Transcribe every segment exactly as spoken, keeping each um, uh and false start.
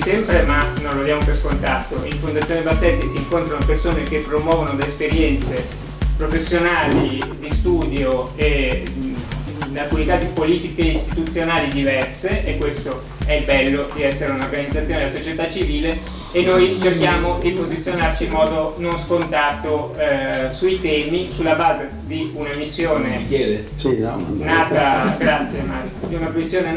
sempre, ma non lo diamo per scontato. In Fondazione Bassetti si incontrano persone che promuovono da esperienze professionali, di studio e in alcuni casi politiche e istituzionali diverse, e questo è il bello di essere un'organizzazione della società civile, e noi cerchiamo di posizionarci in modo non scontato eh, sui temi, sulla base di una missione nata, grazie Mario, di una missione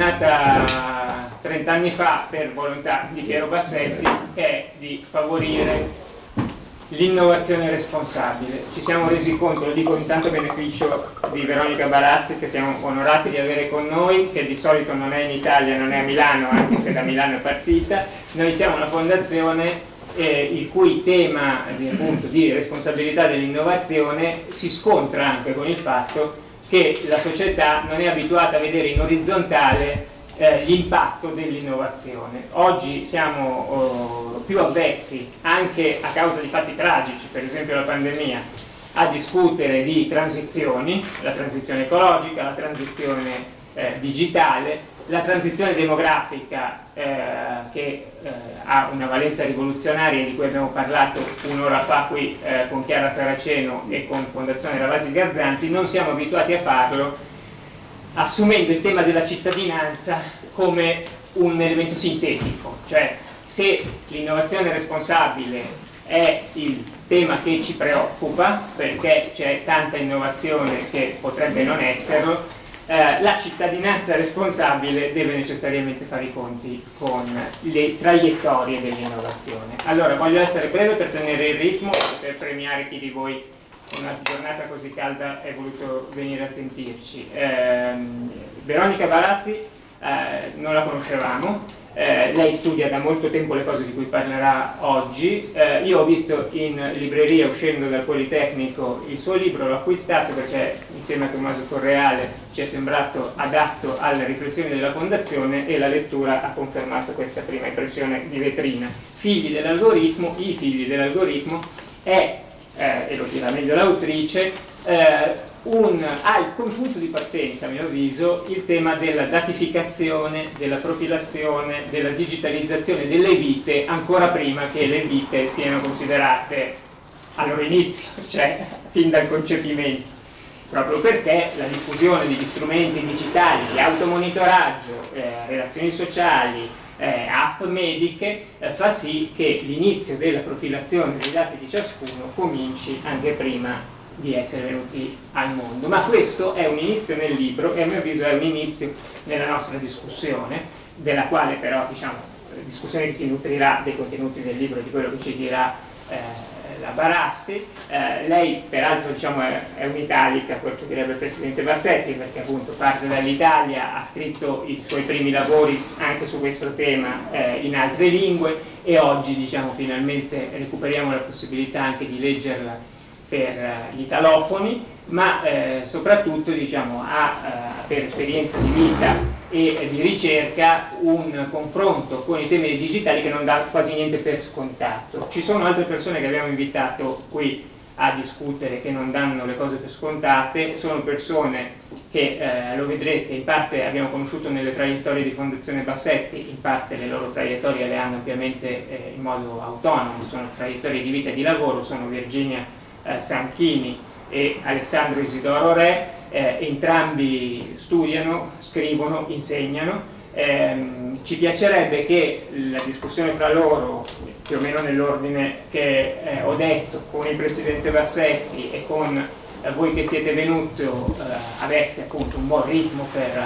nata trent'anni fa per volontà di Piero Bassetti, che è di favorire l'innovazione responsabile. Ci siamo resi conto, lo dico intanto a beneficio di Veronica Barassi, che siamo onorati di avere con noi, che di solito non è in Italia, non è a Milano, anche se da Milano è partita. Noi siamo una fondazione eh, il cui tema di, appunto, di responsabilità dell'innovazione si scontra anche con il fatto che la società non è abituata a vedere in orizzontale Eh, l'impatto dell'innovazione. Oggi siamo oh, più avvezzi, anche a causa di fatti tragici, per esempio la pandemia, a discutere di transizioni, la transizione ecologica, la transizione eh, digitale, la transizione demografica eh, che eh, ha una valenza rivoluzionaria di cui abbiamo parlato un'ora fa qui eh, con Chiara Saraceno e con Fondazione Ravasi Garzanti. Non siamo abituati a farlo assumendo il tema della cittadinanza come un elemento sintetico, cioè se l'innovazione responsabile è il tema che ci preoccupa perché c'è tanta innovazione che potrebbe non esserlo, eh, la cittadinanza responsabile deve necessariamente fare i conti con le traiettorie dell'innovazione. Allora voglio essere breve per tenere il ritmo e per premiare chi di voi una giornata così calda è voluto venire a sentirci. Eh, Veronica Barassi eh, non la conoscevamo, eh, lei studia da molto tempo le cose di cui parlerà oggi. Eh, io ho visto in libreria uscendo dal Politecnico il suo libro, l'ho acquistato perché insieme a Tommaso Correale ci è sembrato adatto alle riflessioni della Fondazione e la lettura ha confermato questa prima impressione di vetrina. Figli dell'algoritmo, i figli dell'algoritmo è Eh, e lo dirà meglio l'autrice, eh, un, ha come punto di partenza, a mio avviso, il tema della datificazione, della profilazione, della digitalizzazione delle vite, ancora prima che le vite siano considerate al loro inizio, cioè fin dal concepimento, proprio perché la diffusione degli strumenti digitali di automonitoraggio, eh, relazioni sociali, Eh, app mediche eh, fa sì che l'inizio della profilazione dei dati di ciascuno cominci anche prima di essere venuti al mondo. Ma questo è un inizio nel libro e a mio avviso è un inizio nella nostra discussione, della quale però, diciamo, discussione che si nutrirà dei contenuti del libro e di quello che ci dirà eh, la Barassi. Eh, lei peraltro, diciamo, è, è un'italica, questo direbbe il Presidente Bassetti, perché appunto parte dall'Italia, ha scritto i suoi primi lavori anche su questo tema eh, in altre lingue e oggi, diciamo, finalmente recuperiamo la possibilità anche di leggerla per eh, gli italofoni, ma eh, soprattutto, diciamo, ha eh, per esperienza di vita e di ricerca un confronto con i temi digitali che non dà quasi niente per scontato. Ci sono altre persone che abbiamo invitato qui a discutere che non danno le cose per scontate, sono persone che, eh, lo vedrete, in parte abbiamo conosciuto nelle traiettorie di Fondazione Bassetti, in parte le loro traiettorie le hanno ovviamente eh, in modo autonomo, sono traiettorie di vita e di lavoro, sono Virginia eh, Sanchini e Alessandro Isidoro Re. Eh, entrambi studiano, scrivono, insegnano. Eh, ci piacerebbe che la discussione fra loro, più o meno nell'ordine che eh, ho detto, con il Presidente Bassetti e con eh, voi che siete venuti, eh, avesse appunto un buon ritmo per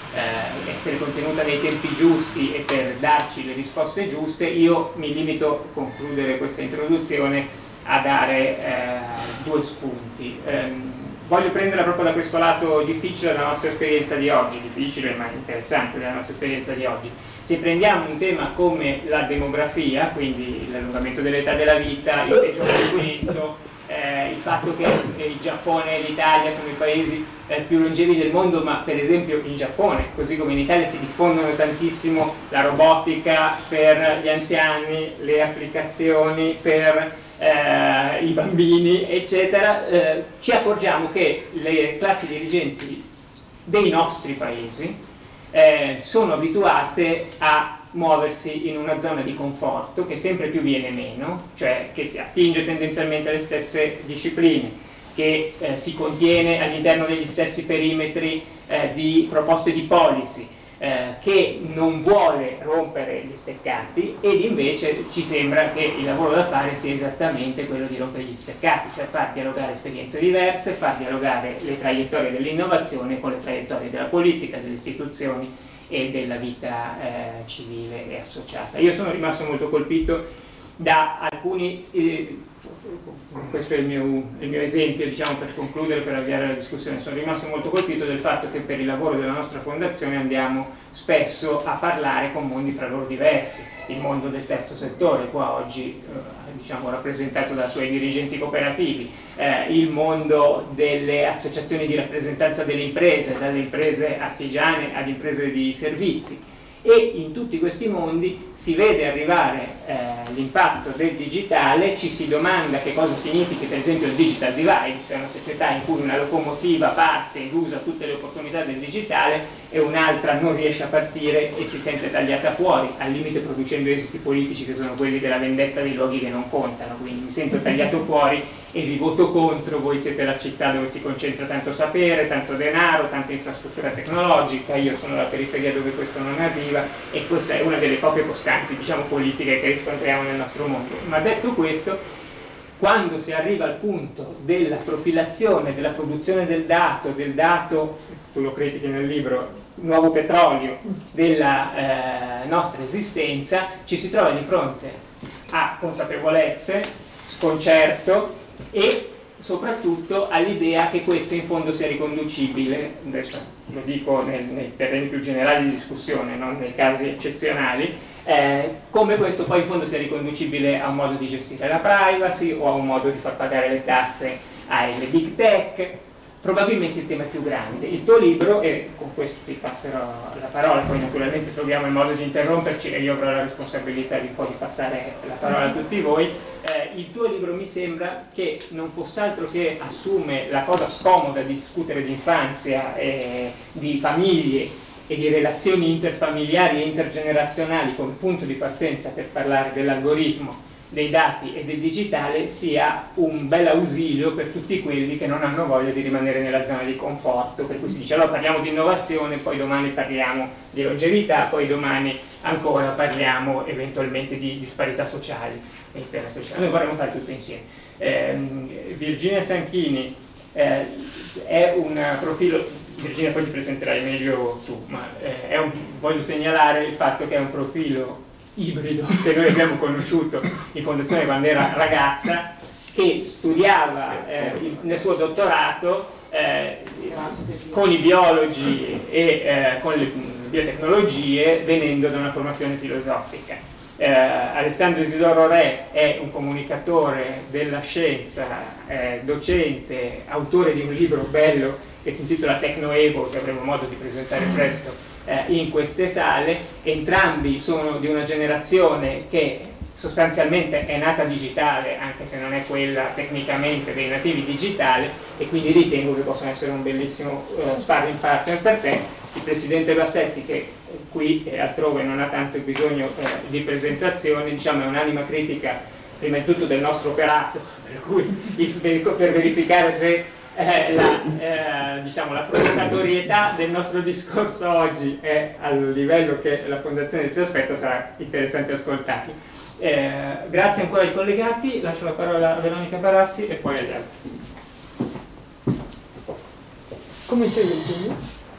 eh, essere contenuta nei tempi giusti e per darci le risposte giuste. Io mi limito a concludere questa introduzione a dare eh, due spunti. Eh, Voglio prenderla proprio da questo lato difficile della nostra esperienza di oggi, difficile ma interessante della nostra esperienza di oggi. Se prendiamo un tema come la demografia, quindi l'allungamento dell'età della vita, il peggior inquinamento, eh, il fatto che il Giappone e l'Italia sono i paesi eh, più longevi del mondo, ma per esempio in Giappone, così come in Italia, si diffondono tantissimo la robotica per gli anziani, le applicazioni per Eh, i bambini, eccetera, eh, ci accorgiamo che le classi dirigenti dei nostri paesi eh, sono abituate a muoversi in una zona di conforto che sempre più viene meno, cioè che si attinge tendenzialmente alle stesse discipline, che eh, si contiene all'interno degli stessi perimetri eh, di proposte di policy, eh, che non vuole rompere gli steccati, ed invece ci sembra che il lavoro da fare sia esattamente quello di rompere gli steccati, cioè far dialogare esperienze diverse, far dialogare le traiettorie dell'innovazione con le traiettorie della politica, delle istituzioni e della vita eh, civile e associata. Io sono rimasto molto colpito da alcuni, eh, questo è il mio, il mio esempio, diciamo, per concludere, per avviare la discussione, sono rimasto molto colpito del fatto che per il lavoro della nostra fondazione andiamo spesso a parlare con mondi fra loro diversi, il mondo del terzo settore, qua oggi eh, diciamo, rappresentato dai suoi dirigenti cooperativi, eh, il mondo delle associazioni di rappresentanza delle imprese, dalle imprese artigiane ad imprese di servizi, e in tutti questi mondi si vede arrivare eh, l'impatto del digitale, ci si domanda che cosa significhi per esempio il digital divide, cioè una società in cui una locomotiva parte ed usa tutte le opportunità del digitale e un'altra non riesce a partire e si sente tagliata fuori, al limite producendo esiti politici che sono quelli della vendetta dei luoghi che non contano, quindi mi sento tagliato fuori e vi voto contro, voi siete la città dove si concentra tanto sapere, tanto denaro, tanta infrastruttura tecnologica, io sono la periferia dove questo non arriva, e questa è una delle poche costanti, diciamo, politiche che riscontriamo nel nostro mondo. Ma detto questo, quando si arriva al punto della profilazione, della produzione del dato, del dato, tu lo critichi nel libro, nuovo petrolio della eh, nostra esistenza, ci si trova di fronte a consapevolezze, sconcerto e soprattutto all'idea che questo in fondo sia riconducibile, adesso lo dico nel, nei terreni più generali di discussione, non nei casi eccezionali, eh, come questo poi in fondo sia riconducibile a un modo di gestire la privacy o a un modo di far pagare le tasse alle big tech. Probabilmente il tema è più grande. Il tuo libro, e con questo ti passerò la parola, poi naturalmente troviamo il modo di interromperci e io avrò la responsabilità di poi passare la parola a tutti voi, eh, il tuo libro mi sembra che non fosse altro che assume la cosa scomoda di discutere di infanzia, e di famiglie e di relazioni interfamiliari e intergenerazionali come punto di partenza per parlare dell'algoritmo, dei dati e del digitale, sia un bel ausilio per tutti quelli che non hanno voglia di rimanere nella zona di conforto, per cui si dice allora parliamo di innovazione, poi domani parliamo di longevità, poi domani ancora parliamo eventualmente di disparità sociali e interne sociali. Noi vorremmo fare tutto insieme. Eh, Virginia Sanchini eh, è un profilo, Virginia poi ti presenterai meglio tu, ma eh, è un, voglio segnalare il fatto che è un profilo ibrido che noi abbiamo conosciuto in fondazione quando era ragazza, che studiava eh, il, nel suo dottorato eh, con i biologi e eh, con le biotecnologie, venendo da una formazione filosofica. Eh, Alessandro Isidoro Re è un comunicatore della scienza, eh, docente, autore di un libro bello che si intitola Tecnoevo, che avremo modo di presentare presto Eh, in queste sale. Entrambi sono di una generazione che sostanzialmente è nata digitale, anche se non è quella tecnicamente dei nativi digitali, e quindi ritengo che possano essere un bellissimo uh, sparring partner per te. Il presidente Bassetti, che qui e altrove non ha tanto bisogno uh, di presentazione, diciamo è un'anima critica prima di tutto del nostro operato, per cui il, per verificare se Eh, la, eh, diciamo, la provocatorietà del nostro discorso oggi è al livello che la Fondazione si aspetta, sarà interessante ascoltarli. Eh, grazie ancora ai collegati, lascio la parola a Veronica Barassi e poi agli altri. Comincio io.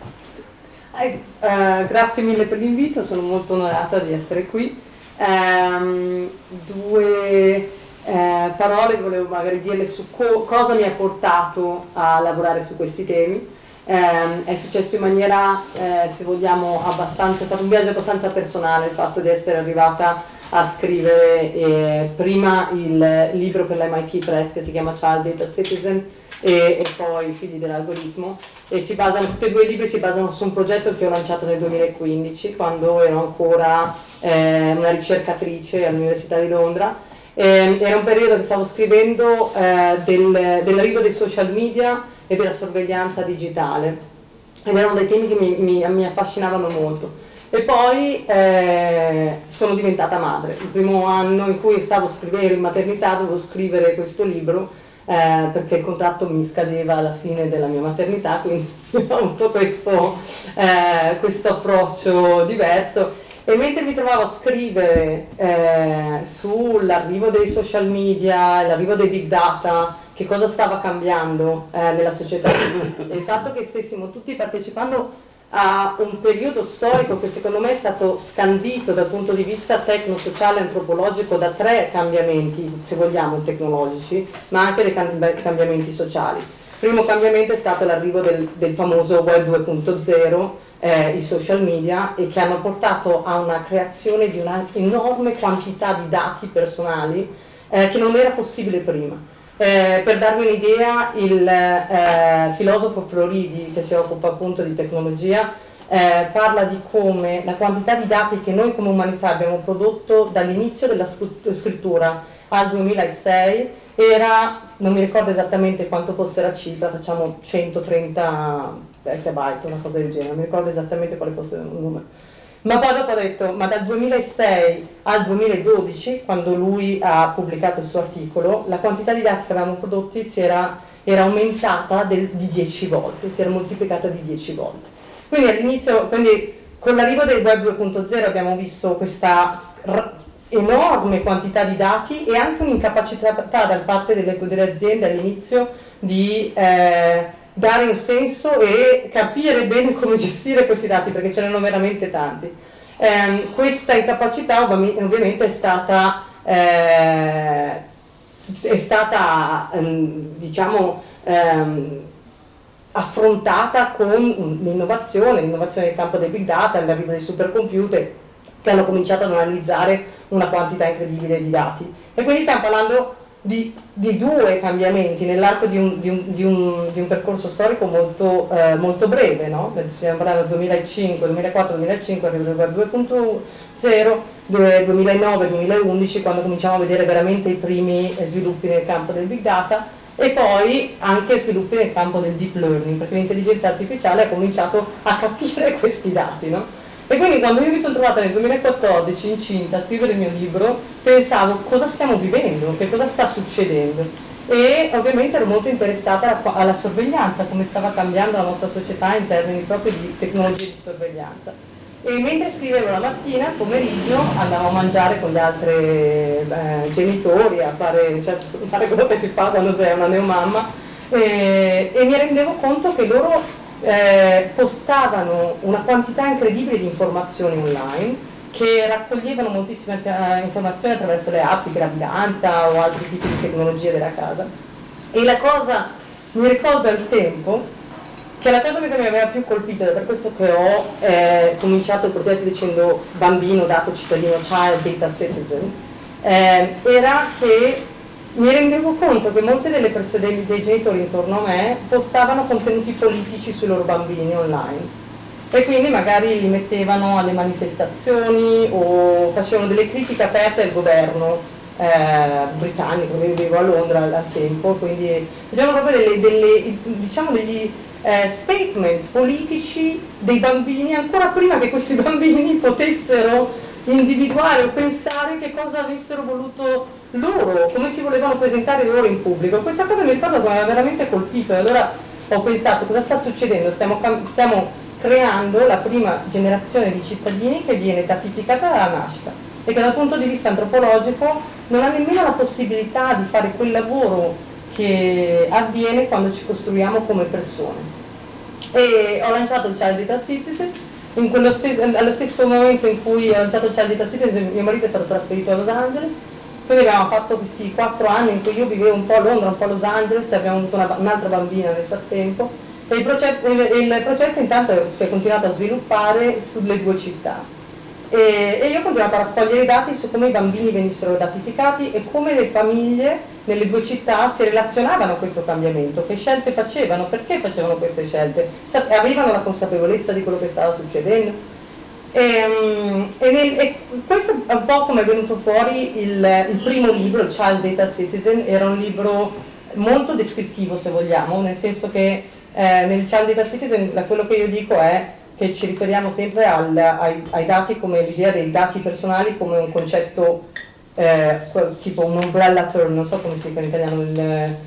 Eh, eh, grazie mille per l'invito, sono molto onorata di essere qui. Eh, due Eh, parole volevo magari dirle su co- cosa mi ha portato a lavorare su questi temi. Eh, è successo in maniera, eh, se vogliamo, abbastanza, è stato un viaggio abbastanza personale il fatto di essere arrivata a scrivere eh, prima il libro per l'M I T Press che si chiama Child Data Citizen e, e poi Figli dell'algoritmo, e si basano, tutti e due i libri si basano su un progetto che ho lanciato nel duemilaquindici, quando ero ancora eh, una ricercatrice all'Università di Londra. Eh, era un periodo che stavo scrivendo eh, del, dell'arrivo dei social media e della sorveglianza digitale, ed erano dei temi che mi, mi, mi affascinavano molto. E poi eh, sono diventata madre. Il primo anno in cui stavo scrivendo in maternità dovevo scrivere questo libro eh, perché il contratto mi scadeva alla fine della mia maternità, quindi ho avuto questo, eh, questo approccio diverso. E mentre mi trovavo a scrivere eh, sull'arrivo dei social media, l'arrivo dei big data, che cosa stava cambiando eh, nella società, e il fatto che stessimo tutti partecipando a un periodo storico che secondo me è stato scandito dal punto di vista tecno-sociale e antropologico da tre cambiamenti, se vogliamo, tecnologici, ma anche dei cambiamenti sociali. Il primo cambiamento è stato l'arrivo del, del famoso web due punto zero, eh, i social media, e che hanno portato a una creazione di una enorme quantità di dati personali eh, che non era possibile prima. Eh, per darvi un'idea, il eh, filosofo Floridi, che si occupa appunto di tecnologia, eh, parla di come la quantità di dati che noi come umanità abbiamo prodotto dall'inizio della scrittura al duemilasei era, non mi ricordo esattamente quanto fosse la cifra, facciamo centotrenta petabyte, una cosa del genere, non mi ricordo esattamente quale fosse il numero. Ma poi dopo ha detto, ma dal duemilasei al duemiladodici, quando lui ha pubblicato il suo articolo, la quantità di dati che avevamo prodotti si era, era aumentata del, di dieci volte, si era moltiplicata di dieci volte. Quindi all'inizio, quindi con l'arrivo del web due punto zero abbiamo visto questa r- enorme quantità di dati e anche un'incapacità da parte delle, delle aziende all'inizio di eh, dare un senso e capire bene come gestire questi dati, perché ce n'erano veramente tanti. Eh, questa incapacità ovviamente è stata, eh, è stata ehm, diciamo, ehm, affrontata con l'innovazione, l'innovazione nel campo dei big data, l'arrivo dei supercomputer, che hanno cominciato ad analizzare una quantità incredibile di dati. E quindi stiamo parlando Di, di due cambiamenti nell'arco di un, di, un, di, un, di un percorso storico molto, eh, molto breve, no? Stiamo parlando del duemilacinque, duemilaquattro, duemilacinque, arrivo del web due punto zero, duemilanove, duemilaundici, quando cominciamo a vedere veramente i primi sviluppi nel campo del big data, e poi anche sviluppi nel campo del deep learning, perché l'intelligenza artificiale ha cominciato a capire questi dati, no? E quindi quando io mi sono trovata nel duemilaquattordici incinta a scrivere il mio libro, pensavo cosa stiamo vivendo, che cosa sta succedendo, e ovviamente ero molto interessata alla, alla sorveglianza, come stava cambiando la nostra società in termini proprio di tecnologie di sorveglianza. E mentre scrivevo la mattina, al pomeriggio andavo a mangiare con gli altri eh, genitori, a fare, cioè, fare quello che si fa quando sei una neomamma, e, e mi rendevo conto che loro Eh, postavano una quantità incredibile di informazioni online, che raccoglievano moltissime eh, informazioni attraverso le app di gravidanza o altri tipi di tecnologie della casa. E la cosa, mi ricordo al tempo, che la cosa che mi aveva più colpito, ed è per questo che ho eh, cominciato il progetto dicendo bambino, dato, cittadino, child, data, citizen, eh, era che mi rendevo conto che molte delle persone, dei, dei genitori intorno a me postavano contenuti politici sui loro bambini online, e quindi magari li mettevano alle manifestazioni o facevano delle critiche aperte al governo eh, britannico, perché vivevo a Londra al tempo, quindi facevano proprio delle, delle, diciamo degli eh, statement politici dei bambini ancora prima che questi bambini potessero individuare o pensare che cosa avessero voluto loro, come si volevano presentare loro in pubblico. Questa cosa mi ricordo che mi aveva veramente colpito, e allora ho pensato cosa sta succedendo, stiamo, stiamo creando la prima generazione di cittadini che viene datificata dalla nascita e che dal punto di vista antropologico non ha nemmeno la possibilità di fare quel lavoro che avviene quando ci costruiamo come persone. E ho lanciato il Child Data Citizen. In quello stesso, allo stesso momento in cui ho lanciato il Child Data Citizen, mio marito è stato trasferito a Los Angeles, quindi abbiamo fatto questi quattro anni in cui io vivevo un po' a Londra, un po' a Los Angeles, e abbiamo avuto una, un'altra bambina nel frattempo, e il progetto, il progetto intanto si è continuato a sviluppare sulle due città, e, e io ho continuato a raccogliere i dati su come i bambini venissero datificati e come le famiglie nelle due città si relazionavano a questo cambiamento, che scelte facevano, perché facevano queste scelte, avevano la consapevolezza di quello che stava succedendo. E, e, nel, e questo è un po' come è venuto fuori il, il primo libro, il Child Data Citizen. Era un libro molto descrittivo, se vogliamo, nel senso che eh, nel Child Data Citizen quello che io dico è che ci riferiamo sempre al, ai, ai dati, come l'idea dei dati personali come un concetto eh, tipo un umbrella term, non so come si dice in italiano, il,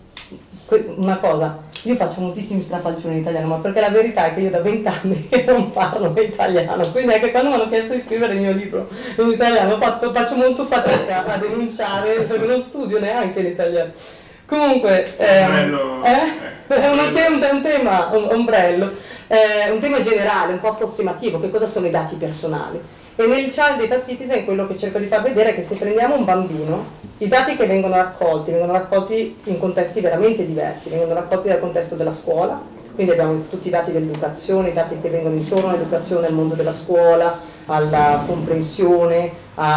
una cosa, io faccio moltissimi strafalcioni in italiano, ma perché la verità è che io da vent'anni che non parlo italiano, quindi anche quando mi hanno chiesto di scrivere il mio libro in italiano fatto, faccio molto fatica a denunciare perché non studio neanche in italiano. Comunque ehm, eh, è, un tema, è un tema un ombrello, eh, un tema generale, un po' approssimativo, che cosa sono i dati personali. E nel Child Data Citizen quello che cerco di far vedere è che se prendiamo un bambino, i dati che vengono raccolti vengono raccolti in contesti veramente diversi, vengono raccolti dal contesto della scuola, quindi abbiamo tutti i dati dell'educazione, i dati che vengono intorno all'educazione, al mondo della scuola, alla comprensione,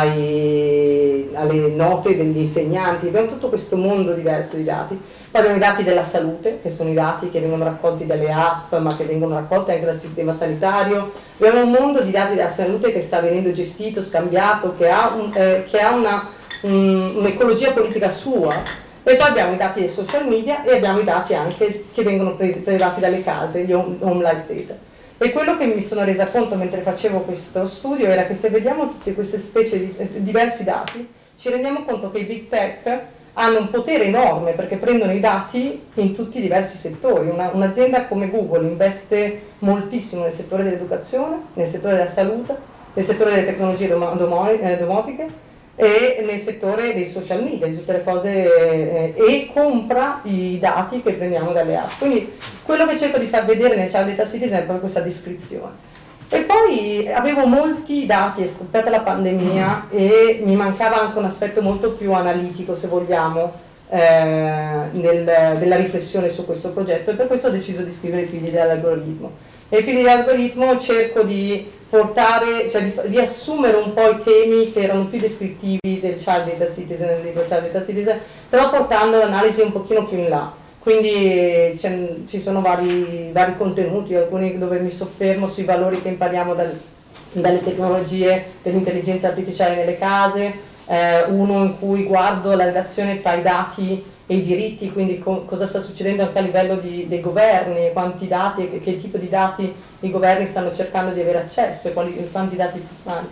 ai, alle note degli insegnanti, abbiamo tutto questo mondo diverso di dati. Poi abbiamo i dati della salute, che sono i dati che vengono raccolti dalle app, ma che vengono raccolti anche dal sistema sanitario. Abbiamo un mondo di dati della salute che sta venendo gestito, scambiato, che ha, un, eh, che ha una, un, un'ecologia politica sua. E poi abbiamo i dati dei social media e abbiamo i dati anche che vengono presi, prelevati dalle case, gli home, home life data. E quello che mi sono resa conto mentre facevo questo studio era che se vediamo tutte queste specie di eh, diversi dati, ci rendiamo conto che i big tech hanno un potere enorme perché prendono i dati in tutti i diversi settori. Una, un'azienda come Google investe moltissimo nel settore dell'educazione, nel settore della salute, nel settore delle tecnologie domo, domo, eh, domotiche e nel settore dei social media, di tutte le cose, eh, e compra i dati che prendiamo dalle app. Quindi quello che cerco di far vedere nel Child Data Citizen è proprio questa descrizione. E poi avevo molti dati, è scoppiata la pandemia e mi mancava anche un aspetto molto più analitico, se vogliamo, eh, nel, della riflessione su questo progetto, e per questo ho deciso di scrivere I figli dell'algoritmo. E I figli dell'algoritmo cerco di portare, cioè di riassumere un po' i temi che erano più descrittivi del Child Data Citizen, del libro Child Data Citizen, però portando l'analisi un pochino più in là. Quindi ci sono vari, vari contenuti, alcuni dove mi soffermo sui valori che impariamo dal, dalle tecnologie dell'intelligenza artificiale nelle case, eh, uno in cui guardo la relazione tra i dati e i diritti, quindi co- cosa sta succedendo anche a livello di, dei governi, quanti dati e che, che tipo di dati i governi stanno cercando di avere accesso e quali, quanti dati personali.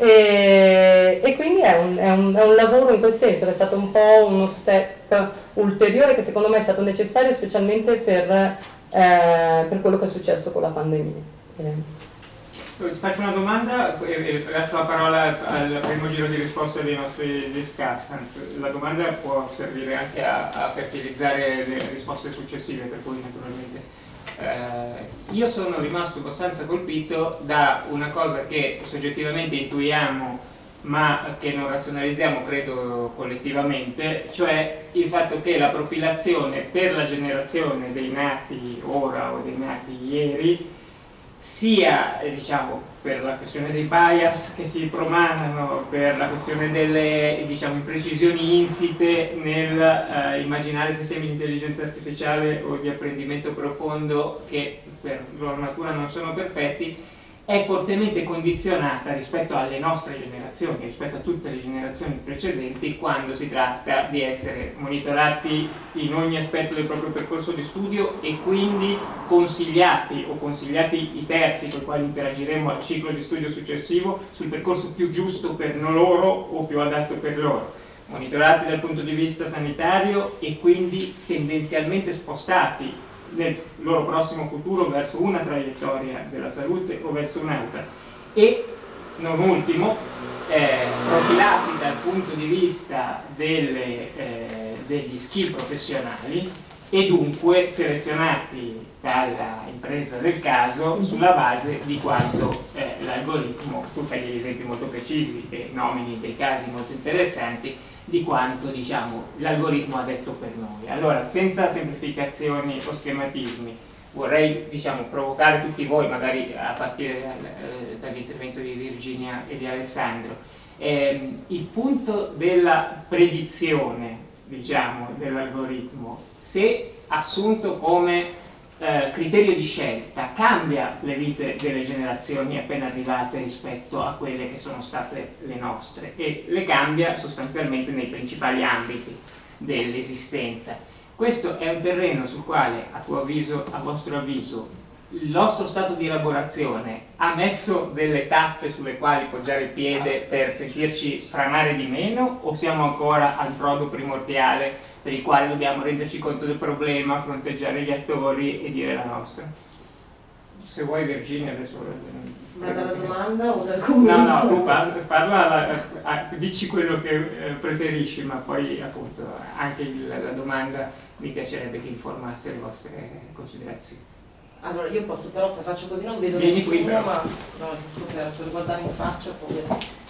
E, e quindi è un, è, un, è un lavoro in quel senso, è stato un po' uno step ulteriore che secondo me è stato necessario specialmente per, eh, per quello che è successo con la pandemia. Eh. Ti faccio una domanda e lascio la parola al primo giro di risposte dei nostri discussant. La domanda può servire anche a, a fertilizzare le risposte successive, per cui naturalmente eh, io sono rimasto abbastanza colpito da una cosa che soggettivamente intuiamo ma che non razionalizziamo credo collettivamente, cioè il fatto che la profilazione per la generazione dei nati ora o dei nati ieri sia, eh, diciamo, per la questione dei bias che si promanano, per la questione delle, diciamo, imprecisioni insite nel eh, immaginare sistemi di intelligenza artificiale o di apprendimento profondo che per loro natura non sono perfetti, è fortemente condizionata rispetto alle nostre generazioni, rispetto a tutte le generazioni precedenti, quando si tratta di essere monitorati in ogni aspetto del proprio percorso di studio e quindi consigliati o consigliati i terzi con i quali interagiremo al ciclo di studio successivo sul percorso più giusto per loro o più adatto per loro, monitorati dal punto di vista sanitario e quindi tendenzialmente spostati nel loro prossimo futuro verso una traiettoria della salute o verso un'altra, e non ultimo eh, profilati dal punto di vista delle, eh, degli skill professionali e dunque selezionati dalla impresa del caso sulla base di quanto eh, l'algoritmo, tu fai degli esempi molto precisi e nomini dei casi molto interessanti, di quanto diciamo l'algoritmo ha detto per noi. Allora, senza semplificazioni o schematismi, vorrei diciamo provocare tutti voi, magari a partire dal, eh, dall'intervento di Virginia e di Alessandro, ehm, il punto della predizione, diciamo, dell'algoritmo, se assunto come Eh, criterio di scelta, cambia le vite delle generazioni appena arrivate rispetto a quelle che sono state le nostre, e le cambia sostanzialmente nei principali ambiti dell'esistenza. Questo è un terreno sul quale, a tuo avviso, a vostro avviso, il nostro stato di elaborazione ha messo delle tappe sulle quali poggiare il piede per sentirci franare di meno, o siamo ancora al brodo primordiale per il quale dobbiamo renderci conto del problema, fronteggiare gli attori e dire la nostra? Se vuoi, Virginia, adesso... Ma dalla domanda o dal commento? No, no, tu parla, parla dici quello che preferisci, ma poi appunto anche il, la domanda mi piacerebbe che informasse le vostre considerazioni. Allora, io posso però, se faccio così non vedo Vieni nessuno, qui, però. ma no, giusto per, per guardare in faccia, poi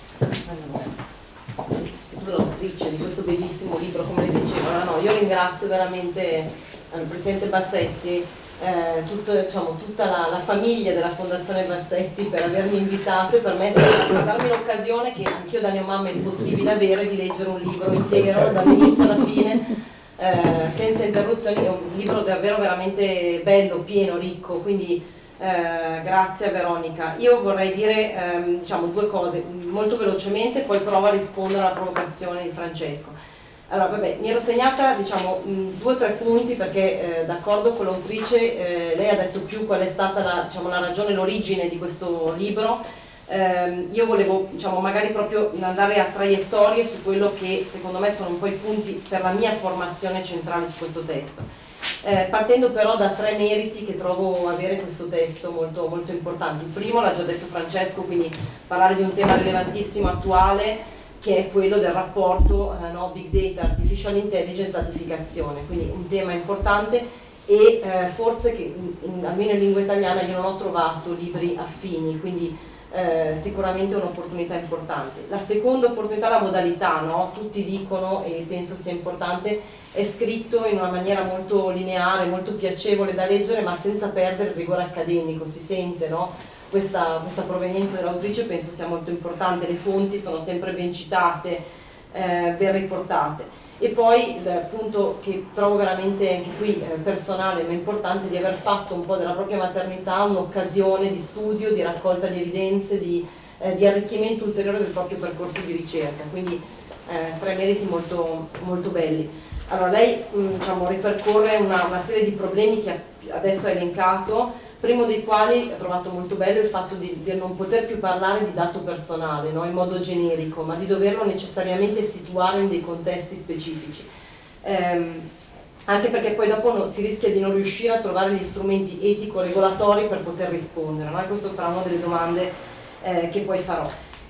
allora, scusa l'autrice di questo bellissimo libro, come le dicevo. Allora, no, io ringrazio veramente eh, il Presidente Bassetti, eh, tutto, diciamo, tutta la, la famiglia della Fondazione Bassetti per avermi invitato e per me per darmi l'occasione che anch'io da mia mamma è impossibile avere di leggere un libro intero dall'inizio alla fine. Eh, senza interruzioni. È un libro davvero veramente bello, pieno, ricco, quindi eh, grazie a Veronica. Io vorrei dire ehm, diciamo due cose molto velocemente, poi provo a rispondere alla provocazione di Francesco. Allora, vabbè, mi ero segnata diciamo mh, due o tre punti perché eh, d'accordo con l'autrice, eh, lei ha detto più qual è stata la, diciamo, la ragione, l'origine di questo libro. Eh, io volevo diciamo, magari proprio andare a traiettorie su quello che secondo me sono un po' i punti per la mia formazione centrale su questo testo, eh, partendo però da tre meriti che trovo avere questo testo molto, molto importanti. Il primo l'ha già detto Francesco, quindi parlare di un tema rilevantissimo attuale che è quello del rapporto eh, no, Big Data, Artificial Intelligence, certificazione, quindi un tema importante e eh, forse che in, in, almeno in lingua italiana io non ho trovato libri affini, quindi Eh, sicuramente un'opportunità importante. La seconda opportunità è la modalità, no? Tutti dicono, e penso sia importante, è scritto in una maniera molto lineare, molto piacevole da leggere, ma senza perdere il rigore accademico, si sente, no? Questa, questa provenienza dell'autrice penso sia molto importante, le fonti sono sempre ben citate, eh, ben riportate. E poi il punto che trovo veramente anche qui eh, personale ma importante, di aver fatto un po' della propria maternità un'occasione di studio, di raccolta di evidenze, di, eh, di arricchimento ulteriore del proprio percorso di ricerca, quindi eh, tre meriti molto, molto belli. Allora lei mh, diciamo, ripercorre una, una serie di problemi che adesso ha elencato, primo dei quali ho trovato molto bello il fatto di, di non poter più parlare di dato personale, no, in modo generico, ma di doverlo necessariamente situare in dei contesti specifici. Ehm, anche perché poi dopo no, si rischia di non riuscire a trovare gli strumenti etico-regolatori per poter rispondere, no? E questa sarà una delle domande eh, che poi farò.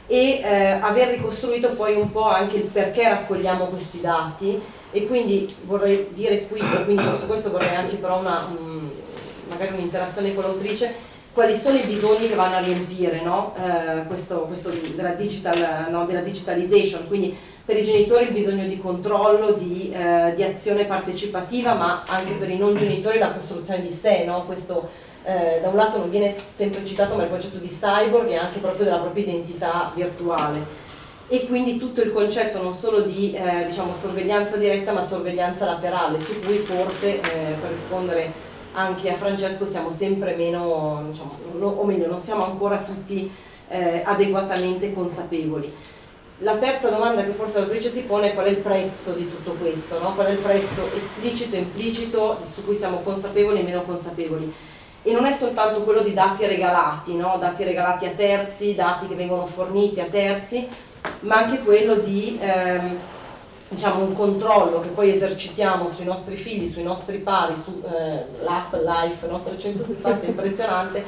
E eh, aver ricostruito poi un po' anche il perché raccogliamo questi dati, e quindi vorrei dire qui, e quindi su questo vorrei anche però una... Um, magari un'interazione con l'autrice, quali sono i bisogni che vanno a riempire, no? eh, questo, questo della, digital, no? della digitalization, quindi per i genitori il bisogno di controllo, di, eh, di azione partecipativa, ma anche per i non genitori la costruzione di sé, no? Questo eh, da un lato non viene sempre citato, ma il concetto di cyborg e anche proprio della propria identità virtuale. E quindi tutto il concetto non solo di eh, diciamo, sorveglianza diretta, ma sorveglianza laterale, su cui forse eh, per rispondere anche a Francesco siamo sempre meno, diciamo, no, o meglio, non siamo ancora tutti eh, adeguatamente consapevoli. La terza domanda che forse l'autrice si pone è qual è il prezzo di tutto questo, no? Qual è il prezzo esplicito e implicito su cui siamo consapevoli e meno consapevoli. E non è soltanto quello di dati regalati, no? Dati regalati a terzi, dati che vengono forniti a terzi, ma anche quello di... Ehm, diciamo un controllo che poi esercitiamo sui nostri figli, sui nostri pari, su eh, l'app Life no? trecentosessanta impressionante,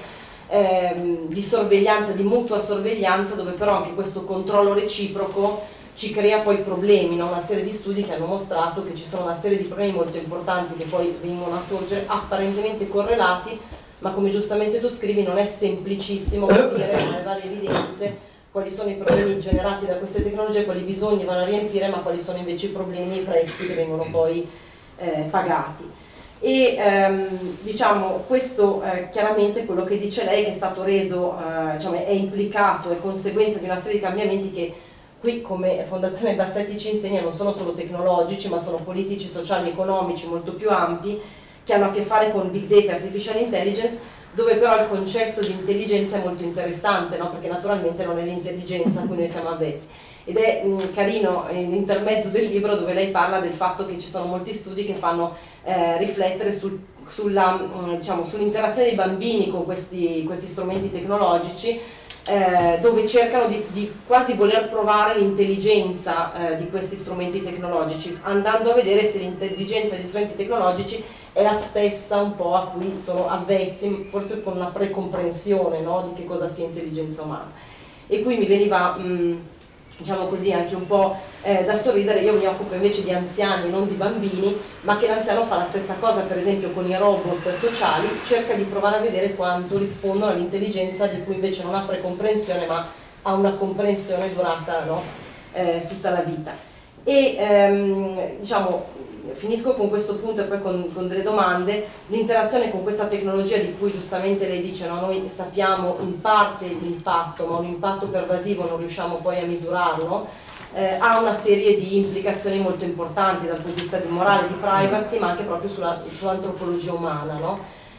ehm, di sorveglianza, di mutua sorveglianza, dove però anche questo controllo reciproco ci crea poi problemi, no? Una serie di studi che hanno mostrato che ci sono una serie di problemi molto importanti che poi vengono a sorgere apparentemente correlati, ma come giustamente tu scrivi non è semplicissimo capire le varie evidenze quali sono i problemi generati da queste tecnologie, quali bisogni vanno a riempire, ma quali sono invece i problemi e i prezzi che vengono poi eh, pagati. E ehm, diciamo questo eh, chiaramente quello che dice lei, che è stato reso, eh, diciamo, è implicato, è conseguenza di una serie di cambiamenti che qui come Fondazione Bassetti ci insegna non sono solo tecnologici, ma sono politici, sociali, economici molto più ampi, che hanno a che fare con Big Data, Artificial Intelligence, dove però il concetto di intelligenza è molto interessante, no? Perché naturalmente non è l'intelligenza a cui noi siamo avvezzi. Ed è mh, carino eh, l'intermezzo del libro dove lei parla del fatto che ci sono molti studi che fanno eh, riflettere sul, sulla, mh, diciamo, sull'interazione dei bambini con questi, questi strumenti tecnologici, eh, dove cercano di, di quasi voler provare l'intelligenza eh, di questi strumenti tecnologici, andando a vedere se l'intelligenza degli strumenti tecnologici è la stessa un po' a cui sono avvezzi, forse con una precomprensione, no, di che cosa sia intelligenza umana. E qui mi veniva mh, diciamo così anche un po' eh, da sorridere. Io mi occupo invece di anziani, non di bambini, ma che l'anziano fa la stessa cosa, per esempio con i robot sociali, cerca di provare a vedere quanto rispondono all'intelligenza di cui invece non ha precomprensione, ma ha una comprensione durata, no, eh, tutta la vita. E ehm, diciamo, finisco con questo punto e poi con, con delle domande. L'interazione con questa tecnologia di cui giustamente lei dice, no, noi sappiamo in parte l'impatto, ma un impatto pervasivo non riusciamo poi a misurarlo, eh, ha una serie di implicazioni molto importanti dal punto di vista di morale, di privacy, ma anche proprio sulla, sull'antropologia umana, no?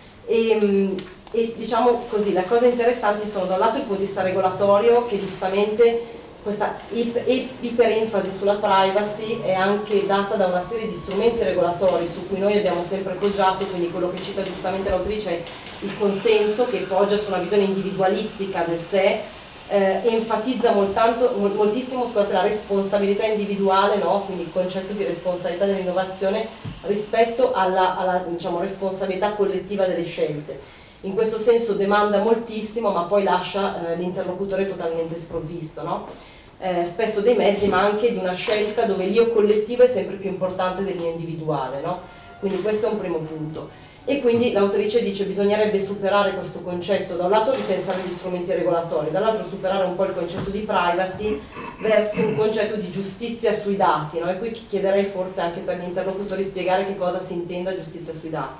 E, e diciamo così, le cose interessanti sono da un lato il punto di vista regolatorio, che giustamente questa iperenfasi sulla privacy è anche data da una serie di strumenti regolatori su cui noi abbiamo sempre poggiato, quindi quello che cita giustamente l'autrice è il consenso, che poggia su una visione individualistica del sé, eh, enfatizza moltanto, moltissimo scusate, la responsabilità individuale, no? Quindi il concetto di responsabilità dell'innovazione rispetto alla, alla diciamo, responsabilità collettiva delle scelte. In questo senso demanda moltissimo, ma poi lascia eh, l'interlocutore totalmente sprovvisto, no? Eh, spesso dei mezzi, ma anche di una scelta dove l'io collettivo è sempre più importante del mio individuale, no? Quindi questo è un primo punto. E quindi l'autrice dice che bisognerebbe superare questo concetto, da un lato ripensare gli strumenti regolatori, dall'altro superare un po' il concetto di privacy verso un concetto di giustizia sui dati, no? E qui chiederei forse anche per gli interlocutori spiegare che cosa si intenda giustizia sui dati.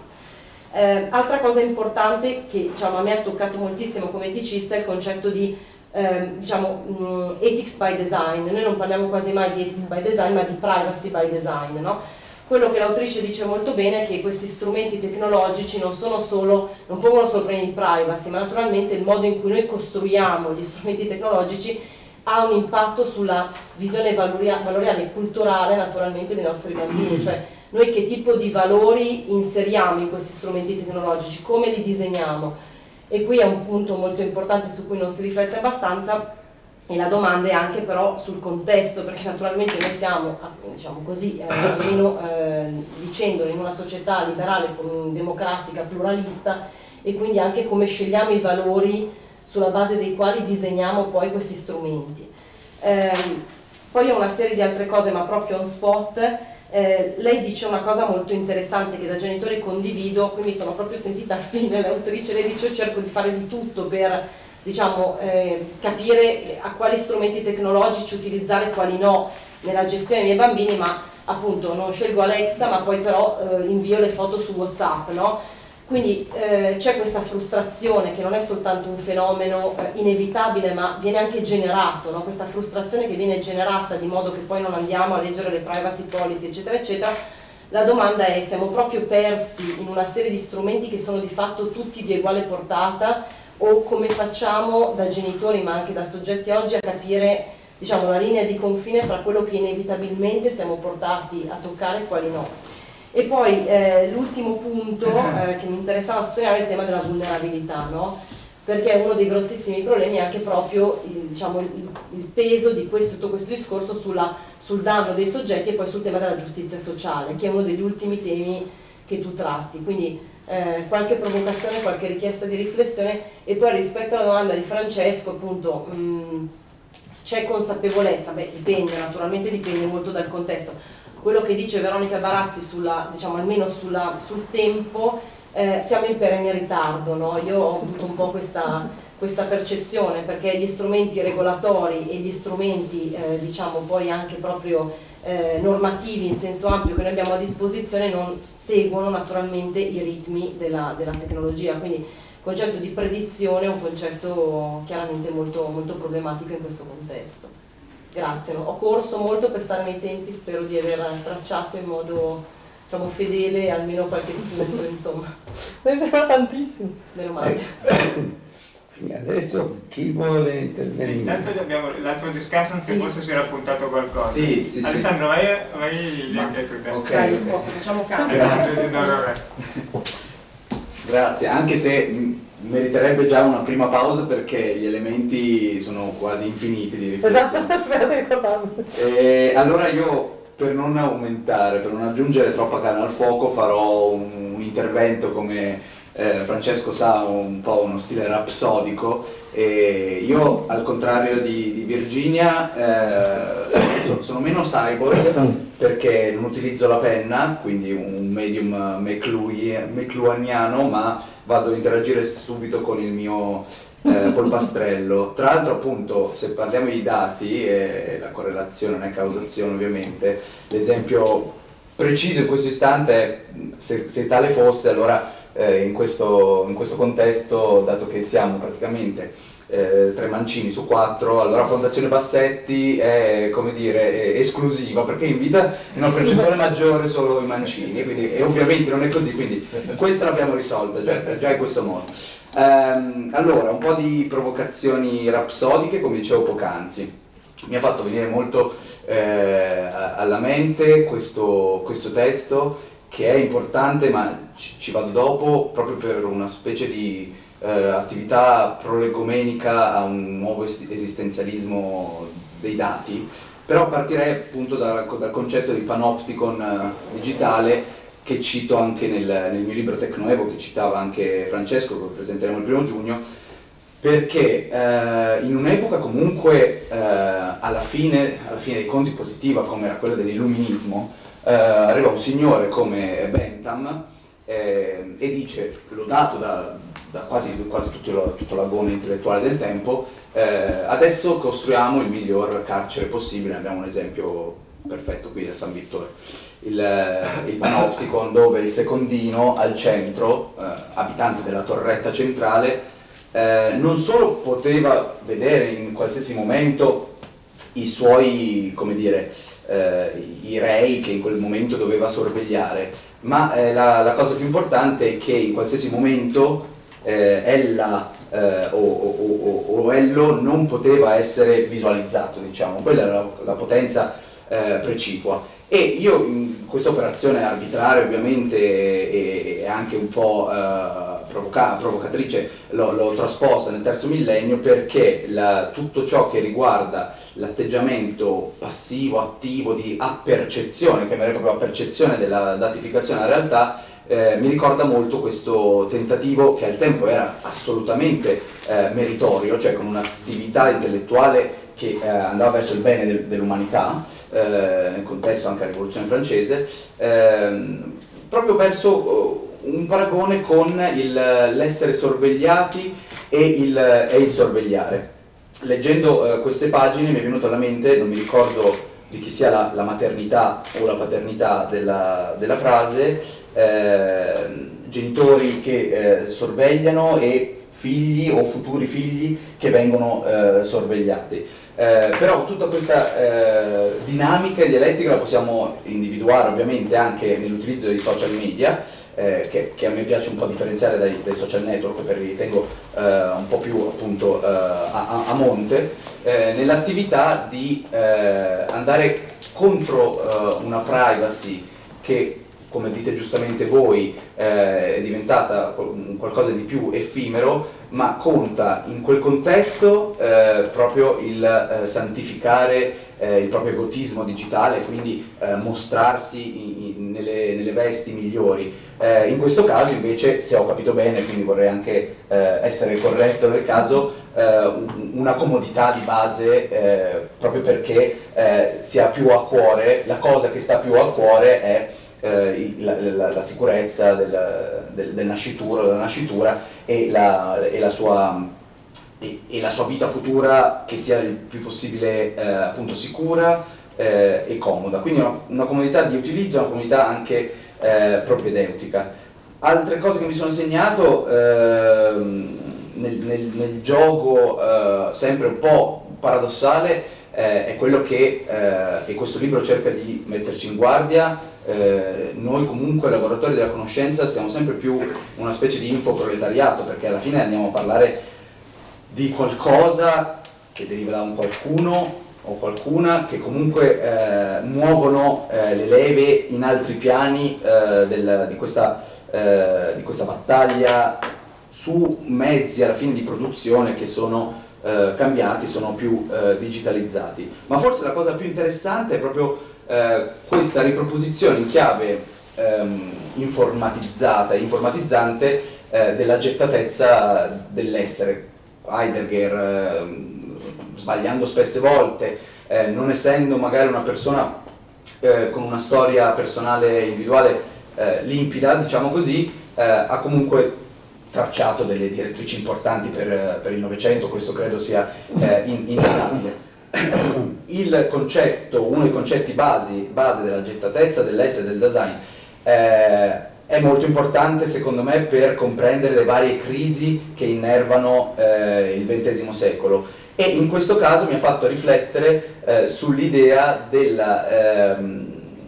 Eh, altra cosa importante che diciamo, a me ha toccato moltissimo come eticista è il concetto di eh, diciamo, mh, ethics by design. Noi non parliamo quasi mai di ethics by design, ma di privacy by design, no? Quello che l'autrice dice molto bene è che questi strumenti tecnologici non sono solo, non pongono solo problemi di privacy, ma naturalmente il modo in cui noi costruiamo gli strumenti tecnologici ha un impatto sulla visione valoriale e culturale naturalmente dei nostri bambini, cioè noi che tipo di valori inseriamo in questi strumenti tecnologici, come li disegniamo. E qui è un punto molto importante su cui non si riflette abbastanza, e la domanda è anche però sul contesto, perché naturalmente noi siamo, diciamo così, eh, almeno eh, dicendolo, in una società liberale, democratica, pluralista, e quindi anche come scegliamo i valori sulla base dei quali disegniamo poi questi strumenti. Eh, poi ho una serie di altre cose, ma proprio on spot. Eh, lei dice una cosa molto interessante che da genitore condivido, qui mi sono proprio sentita affine l'autrice. Lei dice: io cerco di fare di tutto per diciamo, eh, capire a quali strumenti tecnologici utilizzare e quali no nella gestione dei miei bambini, ma appunto non scelgo Alexa, ma poi però eh, invio le foto su WhatsApp, no? Quindi eh, c'è questa frustrazione che non è soltanto un fenomeno eh, inevitabile, ma viene anche generato, no? Questa frustrazione che viene generata di modo che poi non andiamo a leggere le privacy policy eccetera eccetera. La domanda è: siamo proprio persi in una serie di strumenti che sono di fatto tutti di uguale portata, o come facciamo da genitori ma anche da soggetti oggi a capire diciamo, la linea di confine fra quello che inevitabilmente siamo portati a toccare e quali no? E poi eh, l'ultimo punto eh, che mi interessava sottolineare è il tema della vulnerabilità, no? Perché uno dei grossissimi problemi è anche proprio il, diciamo, il, il peso di questo, tutto questo discorso sulla, sul danno dei soggetti e poi sul tema della giustizia sociale, che è uno degli ultimi temi che tu tratti. Quindi eh, qualche provocazione, qualche richiesta di riflessione. E poi rispetto alla domanda di Francesco, appunto, mh, c'è consapevolezza? Beh, dipende, naturalmente dipende molto dal contesto. Quello che dice Veronica Barassi, sulla, diciamo, almeno sulla, sul tempo, eh, siamo in perenne ritardo, no? Io ho avuto un po' questa, questa percezione, perché gli strumenti regolatori e gli strumenti, eh, diciamo, poi anche proprio eh, normativi in senso ampio che noi abbiamo a disposizione non seguono naturalmente i ritmi della, della tecnologia, quindi il concetto di predizione è un concetto chiaramente molto, molto problematico in questo contesto. Grazie, no? Ho corso molto per stare nei tempi, spero di aver tracciato in modo diciamo, fedele almeno qualche spunto, insomma. Mi sembra tantissimo. Meno male. Adesso chi vuole intervenire? Intanto abbiamo l'altro discorso che Sì. forse si era appuntato qualcosa. Sì, sì, sì. Alessandro, vai, vai Ma- detto te. ok. Dai, risposta, facciamo cambio. Grazie. No, no, no. Grazie, anche se mh, meriterebbe già una prima pausa perché gli elementi sono quasi infiniti di Esatto, riflessione. aspetta, ricordarmi. E allora io, per non aumentare, per non aggiungere troppa carne al fuoco, farò un, un intervento come eh, Francesco sa, un po' uno stile rapsodico. E io, al contrario di, di Virginia, eh, sono, sono meno cyborg perché non utilizzo la penna, quindi un medium mclui- mcluhaniano, ma vado a interagire subito con il mio eh, polpastrello. Tra l'altro, appunto, se parliamo di dati, e la correlazione non è causazione ovviamente, l'esempio preciso in questo istante è, se, se tale fosse, allora eh, in, questo, in questo contesto, dato che siamo praticamente eh, tre mancini su quattro, allora Fondazione Bassetti è, come dire, è esclusiva perché invita in una percentuale maggiore solo i mancini, quindi, e ovviamente non è così, quindi questa l'abbiamo risolta già, già in questo modo. Ehm, allora, un po' di provocazioni rapsodiche, come dicevo poc'anzi. Mi ha fatto venire molto eh, alla mente questo, questo testo, che è importante, ma ci, ci vado dopo, proprio per una specie di eh, attività prolegomenica a un nuovo es- esistenzialismo dei dati. Però partirei appunto dal, dal concetto di panopticon eh, digitale, che cito anche nel, nel mio libro Tecnoevo, che citava anche Francesco, che presenteremo il primo giugno, perché eh, in un'epoca comunque eh, alla, fine, alla fine dei conti positiva, come era quella dell'illuminismo, eh, arriva un signore come Bentham eh, e dice, lodato da, da quasi, quasi tutto, lo, tutto l'agone intellettuale del tempo, eh, adesso costruiamo il miglior carcere possibile. Abbiamo un esempio perfetto qui da San Vittore, il, il Panopticon, dove il secondino al centro, eh, abitante della torretta centrale, eh, non solo poteva vedere in qualsiasi momento i suoi, come dire, eh, i rei che in quel momento doveva sorvegliare, ma eh, la, la cosa più importante è che in qualsiasi momento eh, ella eh, o, o, o, o ello non poteva essere visualizzato, diciamo, quella era la, la potenza eh, precipua. E io in questa operazione arbitraria ovviamente e, e anche un po' eh, provoca- provocatrice l'ho, l'ho trasposta nel terzo millennio, perché la, tutto ciò che riguarda l'atteggiamento passivo, attivo, di appercezione, che è proprio la percezione della datificazione alla realtà, eh, mi ricorda molto questo tentativo, che al tempo era assolutamente eh, meritorio, cioè con un'attività intellettuale che eh, andava verso il bene del, dell'umanità, eh, nel contesto anche della rivoluzione francese, ehm, proprio verso uh, un paragone con il, l'essere sorvegliati e il, e il sorvegliare. Leggendo uh, queste pagine mi è venuto alla mente, non mi ricordo di chi sia la, la maternità o la paternità della, della frase, eh, genitori che eh, sorvegliano e figli o futuri figli che vengono eh, sorvegliati. Eh, però tutta questa eh, dinamica e dialettica la possiamo individuare ovviamente anche nell'utilizzo dei social media, eh, che, che a me piace un po' differenziare dai, dai social network, perché li ritengo eh, un po' più appunto eh, a, a monte, eh, nell'attività di eh, andare contro eh, una privacy che, come dite giustamente voi, eh, è diventata qualcosa di più effimero, ma conta in quel contesto eh, proprio il eh, santificare eh, il proprio egotismo digitale, quindi eh, mostrarsi in, in, nelle, nelle vesti migliori. Eh, in questo caso invece, se ho capito bene, quindi vorrei anche eh, essere corretto nel caso, eh, una comodità di base, eh, proprio perché eh, si ha più a cuore, la cosa che sta più a cuore è Eh, la, la, la sicurezza del, del, del nascituro, della nascitura e la, e, la sua, e, e la sua vita futura che sia il più possibile eh, appunto sicura eh, e comoda. Quindi una, una comodità di utilizzo, una comodità anche eh, propedeutica. Altre cose che mi sono segnato eh, nel, nel, nel gioco eh, sempre un po' paradossale eh, è quello che, eh, che questo libro cerca di metterci in guardia. Eh, noi comunque lavoratori della conoscenza siamo sempre più una specie di infoproletariato, perché alla fine andiamo a parlare di qualcosa che deriva da un qualcuno o qualcuna che comunque eh, muovono eh, le leve in altri piani eh, del, di, questa, eh, di questa battaglia su mezzi alla fine di produzione che sono eh, cambiati, sono più eh, digitalizzati. Ma forse la cosa più interessante è proprio eh, questa riproposizione in chiave ehm, informatizzata e informatizzante eh, della gettatezza dell'essere. Heidegger, eh, sbagliando spesse volte, eh, non essendo magari una persona eh, con una storia personale individuale eh, limpida, diciamo così, eh, ha comunque tracciato delle direttrici importanti per, per il Novecento, questo credo sia eh, in, innegabile. Il concetto, uno dei concetti basi, base della gettatezza, dell'essere, del design, eh, è molto importante secondo me per comprendere le varie crisi che innervano eh, il ventesimo secolo, e in questo caso mi ha fatto riflettere eh, sull'idea della, ehm,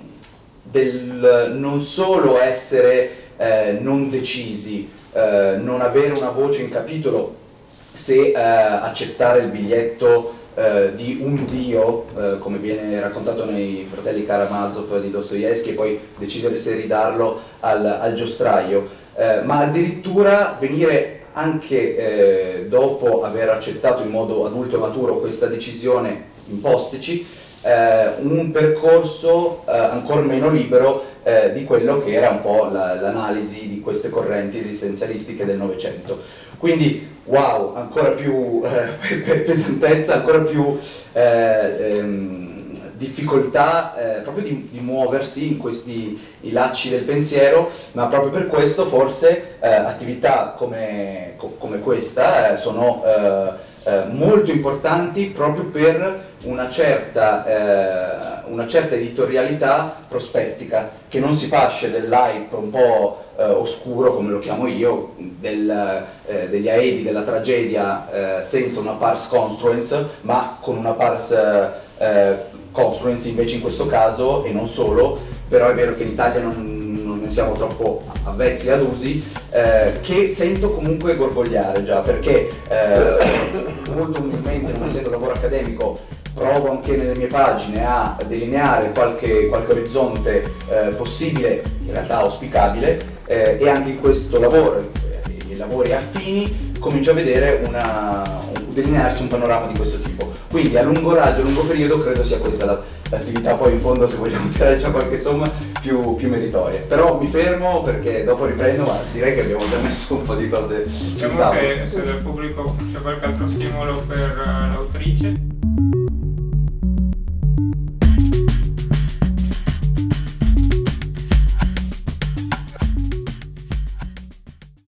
del non solo essere eh, non decisi, eh, non avere una voce in capitolo, se eh, accettare il biglietto eh, di un dio, eh, come viene raccontato nei Fratelli Karamazov di Dostoevskij, e poi decidere se ridarlo al, al giostraio, eh, ma addirittura venire anche eh, dopo aver accettato in modo adulto e maturo questa decisione impostici, eh, un percorso eh, ancora meno libero eh, di quello che era un po' la, l'analisi di queste correnti esistenzialistiche del Novecento. Quindi wow, ancora più eh, pesantezza, ancora più eh, ehm, difficoltà eh, proprio di, di muoversi in questi i lacci del pensiero, ma proprio per questo forse eh, attività come, co- come questa eh, sono eh, eh, molto importanti proprio per una certa, eh, una certa editorialità prospettica, che non si pasce dell'hype un po' eh, oscuro, come lo chiamo io, del, eh, degli aedi della tragedia eh, senza una pars construens, ma con una pars eh, construence invece in questo caso, e non solo, però è vero che in Italia non, non ne siamo troppo avvezzi ad usi, eh, che sento comunque gorgogliare già, perché eh, molto umilmente, non essendo lavoro accademico, provo anche nelle mie pagine a delineare qualche, qualche orizzonte eh, possibile, in realtà auspicabile, eh, e anche in questo lavoro, i, i lavori affini, comincio a vedere una, un, delinearsi un panorama di questo tipo. Quindi a lungo raggio, a lungo periodo, credo sia questa la, l'attività, poi in fondo, se vogliamo tirare già qualche somma, più, più meritoria. Però mi fermo perché dopo riprendo, ma direi che abbiamo già messo un po' di cose sul diciamo tavolo. Se, se dal pubblico c'è qualche altro stimolo per uh, l'autrice.